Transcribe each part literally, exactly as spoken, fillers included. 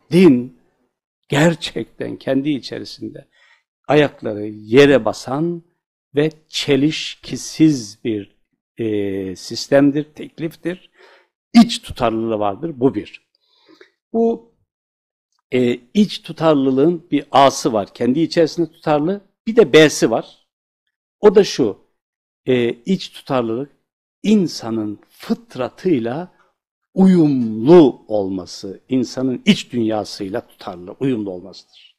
din gerçekten kendi içerisinde ayakları yere basan ve çelişkisiz bir e, sistemdir, tekliftir. İç tutarlılığı vardır. Bu bir. Bu e, iç tutarlılığın bir A'sı var. Kendi içerisinde tutarlı. Bir de B'si var. O da şu. E, iç tutarlılık insanın fıtratıyla uyumlu olması, insanın iç dünyasıyla tutarlı, uyumlu olmasıdır.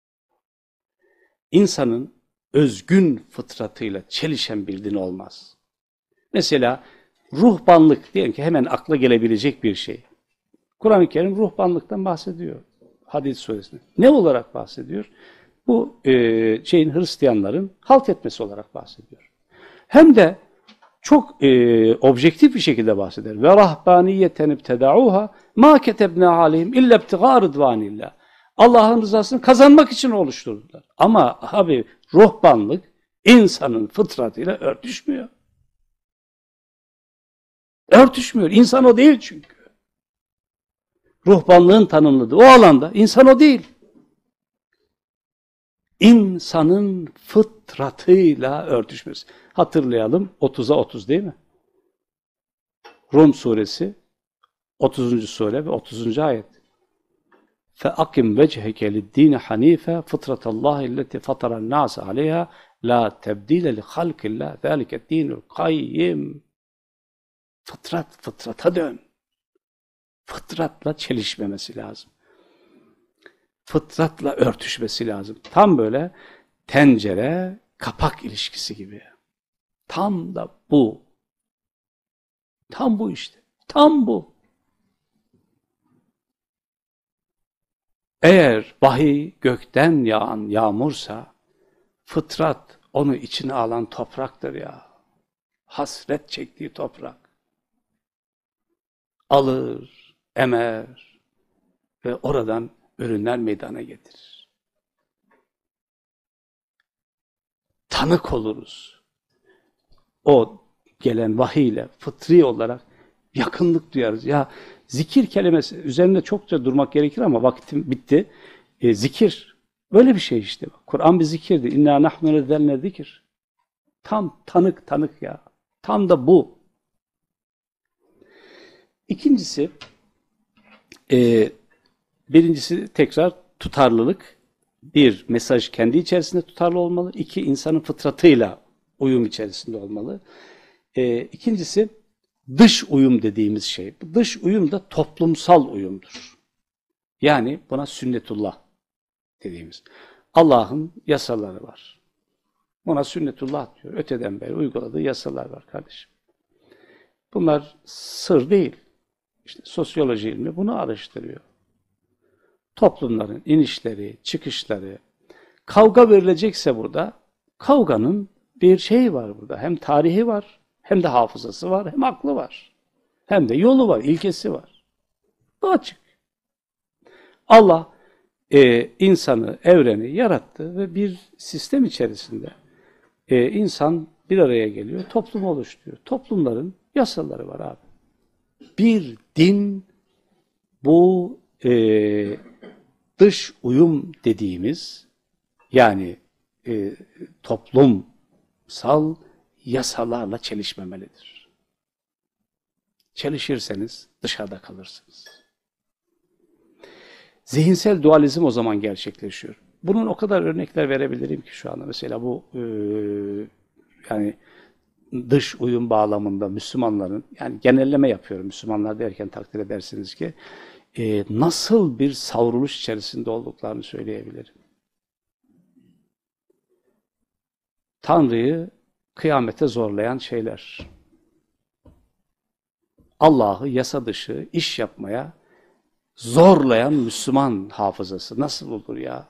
İnsanın özgün fıtratıyla çelişen bir din olmaz. Mesela ruhbanlık diyelim ki hemen akla gelebilecek bir şey. Kur'an-ı Kerim ruhbanlıktan bahsediyor. Hadid suresinde. Ne olarak bahsediyor? Bu e, şeyin Hristiyanların halt etmesi olarak bahsediyor. Hem de çok e, objektif bir şekilde bahseder. Ve rahbaniyeten ibtedauha ma ketebna aleyhim illa ibtiga rıdvanillah. Allah'ın rızasını kazanmak için oluşturdular. Ama abi ruhbanlık insanın fıtratıyla örtüşmüyor. Örtüşmüyor. İnsan o değil çünkü. Ruhbanlığın tanımladığı o alanda insan o değil. İnsanın fıtratıyla örtüşmesi. Hatırlayalım otuza otuz değil mi? Rum suresi otuzuncu sure ve otuzuncu ayet. فَاَقِمْ وَجْهَكَ لِلدِّينِ حَن۪يفًا فِطْرَةَ اللّٰهِ الَّتِي فَطَرَ النَّاسَ عَلَيْهَا لَا تَبْد۪يلَ لِخَلْقِ اللّٰهِ ذَٰلِكَ الدِّينُ الْقَيِّمِ. Fıtrat, fıtrata dön. Fıtratla çelişmemesi lazım. Fıtratla örtüşmesi lazım. Tam böyle tencere, kapak ilişkisi gibi. Tam da bu. Tam bu işte. Tam bu. Eğer vahiy gökten yağan yağmursa, fıtrat onu içine alan topraktır ya. Hasret çektiği toprak. Alır, emer ve oradan ürünler meydana getirir. Tanık oluruz. O gelen vahiyle fıtri olarak yakınlık duyarız. Ya zikir kelimesi üzerinde çokça durmak gerekir ama vaktim bitti. E, zikir böyle bir şey işte. Kur'an bir zikirdi. İnna nahnu nezzelne zikir. Tam tanık tanık ya. Tam da bu. İkincisi e, birincisi tekrar tutarlılık. Bir, mesaj kendi içerisinde tutarlı olmalı. İki, insanın fıtratıyla uyum içerisinde olmalı. E, ikincisi, dış uyum dediğimiz şey. Bu dış uyum da toplumsal uyumdur. Yani buna sünnetullah dediğimiz. Allah'ın yasaları var. Buna sünnetullah diyor. Öteden beri uyguladığı yasalar var kardeşim. Bunlar sır değil. İşte sosyoloji ilmi bunu araştırıyor. Toplumların inişleri, çıkışları, kavga verilecekse burada, kavganın bir şeyi var burada. Hem tarihi var, hem de hafızası var, hem aklı var. Hem de yolu var, ilkesi var. Bu açık. Allah e, insanı, evreni yarattı ve bir sistem içerisinde e, insan bir araya geliyor, toplum oluşturuyor. Toplumların yasaları var abi. Bir din bu e, dış uyum dediğimiz yani e, toplumsal yasalarla çelişmemelidir. Çelişirseniz dışarıda kalırsınız. Zihinsel dualizm o zaman gerçekleşiyor. Bunun o kadar örnekler verebilirim ki şu anda. Mesela bu e, yani dış uyum bağlamında Müslümanların, yani genelleme yapıyorum Müslümanlar derken takdir edersiniz ki e, nasıl bir savruluş içerisinde olduklarını söyleyebilirim. Tanrı'yı kıyamete zorlayan şeyler. Allah'ı yasa dışı iş yapmaya zorlayan Müslüman hafızası nasıl olur ya?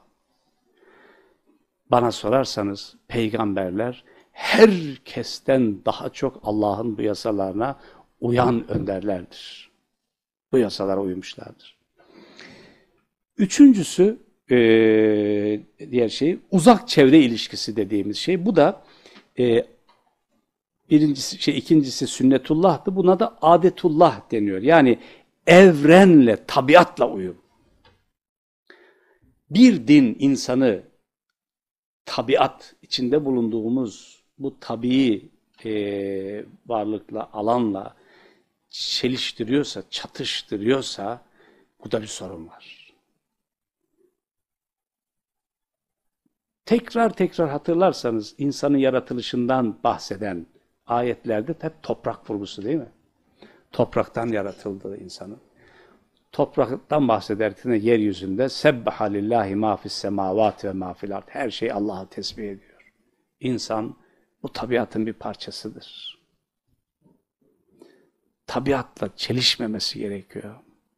Bana sorarsanız peygamberler herkesten daha çok Allah'ın bu yasalarına uyan önderlerdir. Bu yasalara uymuşlardır. Üçüncüsü e, diğer şey uzak çevre ilişkisi dediğimiz şey. Bu da e, birincisi şey ikincisi sünnetullah'tı. Buna da adetullah deniyor. Yani evrenle, tabiatla uyum. Bir din insanı tabiat içinde bulunduğumuz bu tabii e, varlıkla, alanla çeliştiriyorsa, çatıştırıyorsa bu da bir sorun var. Tekrar tekrar hatırlarsanız insanın yaratılışından bahseden ayetlerde hep toprak vurgusu değil mi? Topraktan yaratıldığı insanın. Topraktan bahsederken yeryüzünde sebbaha lillahi ma fis semavati ve ma fil ard. Her şey Allah'ı tesbih ediyor. İnsan bu tabiatın bir parçasıdır. Tabiatla çelişmemesi gerekiyor.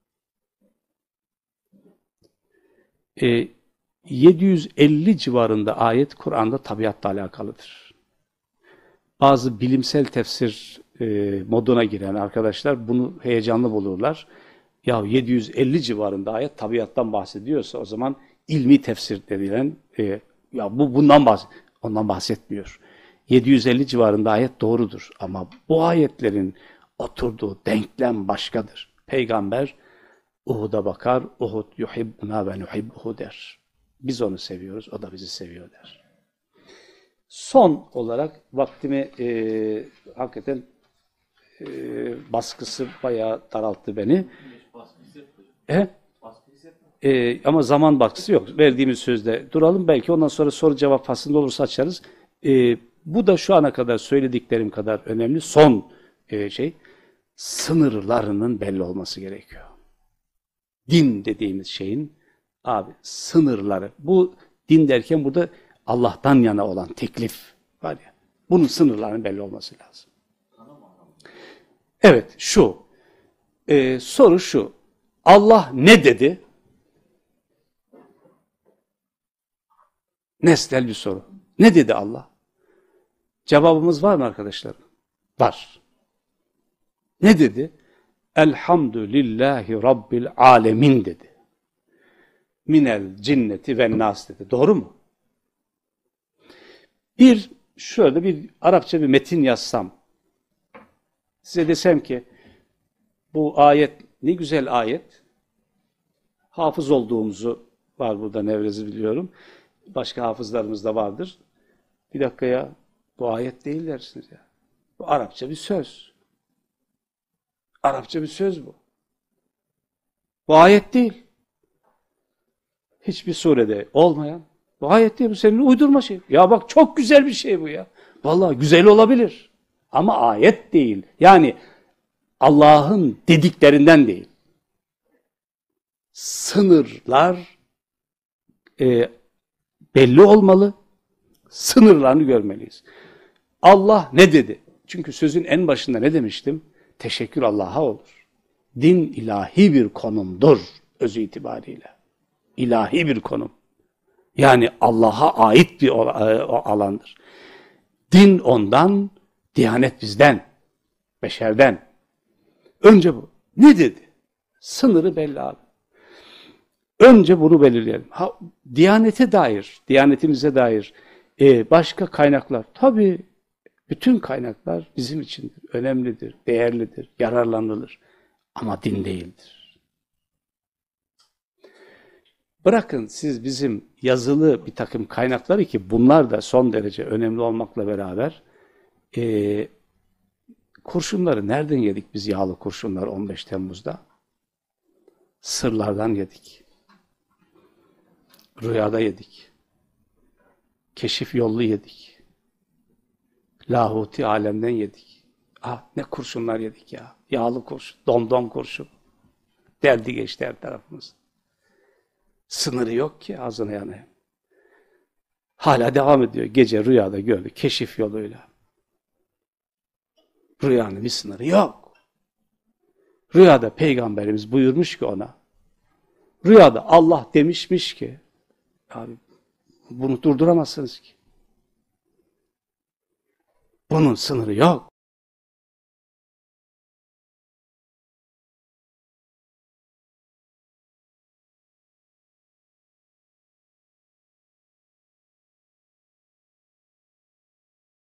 E, yedi yüz elli civarında ayet Kur'an'da tabiatla alakalıdır. Bazı bilimsel tefsir e, moduna giren arkadaşlar bunu heyecanlı bulurlar. Ya yedi yüz elli civarında ayet tabiattan bahsediyorsa o zaman ilmi tefsir denilen e, ya bu bundan bahs ondan bahsetmiyor. yedi yüz elli civarında ayet doğrudur ama bu ayetlerin oturduğu denklem başkadır. Peygamber Uhud'a bakar, Uhud yuhibbuna ve nuhibbuhu der. Biz onu seviyoruz, o da bizi seviyor der. Son olarak vaktimi e, hakikaten e, baskısı bayağı daralttı beni. E? E, ama zaman baskısı yok. Verdiğimiz sözde duralım. Belki ondan sonra soru cevap faslında olursa açarız. E, bu da şu ana kadar söylediklerim kadar önemli. Son e, şey, sınırlarının belli olması gerekiyor. Din dediğimiz şeyin abi sınırları. Bu din derken burada Allah'tan yana olan teklif var ya. Bunun sınırlarının belli olması lazım. Evet şu. E, soru şu. Allah ne dedi? Nesnel bir soru. Ne dedi Allah? Cevabımız var mı arkadaşlar? Var. Ne dedi? Elhamdülillahi Rabbil alemin dedi. Minel cinneti ve nas dedi. Doğru mu? Bir, şöyle bir Arapça bir metin yazsam, size desem ki, bu ayet ne güzel ayet, hafız olduğumuzu var burada Nevrez'i biliyorum, başka hafızlarımız da vardır. Bir dakika ya, bu ayet değil dersiniz ya. Bu Arapça bir söz. Arapça bir söz bu. Bu ayet değil. Hiçbir surede olmayan. Bu ayet değil, bu senin uydurma şey. Ya bak çok güzel bir şey bu ya. Vallahi güzel olabilir. Ama ayet değil. Yani Allah'ın dediklerinden değil. Sınırlar e, belli olmalı. Sınırlarını görmeliyiz. Allah ne dedi? Çünkü sözün en başında ne demiştim? Teşekkür Allah'a olur. Din ilahi bir konumdur özü itibariyle. İlahi bir konum. Yani Allah'a ait bir alandır. Din ondan, Diyanet bizden, beşerden. Önce bu. Ne dedi? Sınırı belli abi. Önce bunu belirleyelim. Ha, Diyanete dair, Diyanetimize dair e, başka kaynaklar. Tabii bütün kaynaklar bizim için önemlidir, değerlidir, yararlanılır. Ama din değildir. Bırakın siz bizim yazılı bir takım kaynakları ki bunlar da son derece önemli olmakla beraber e, kurşunları nereden yedik biz yağlı kurşunlar on beş Temmuz'da? Sırlardan yedik. Rüyada yedik. Keşif yollu yedik. Lahuti alemden yedik. Ah ne kurşunlar yedik ya. Yağlı kurşun, domdom kurşun. Deldi geçti her tarafımız. Sınırı yok ki ağzına yanı. Hala devam ediyor. Gece rüyada gördü. Keşif yoluyla. Rüyanın bir sınırı yok. Rüyada Peygamberimiz buyurmuş ki ona. Rüyada Allah demişmiş ki abi bunu durduramazsınız ki. Bunun sınırı yok.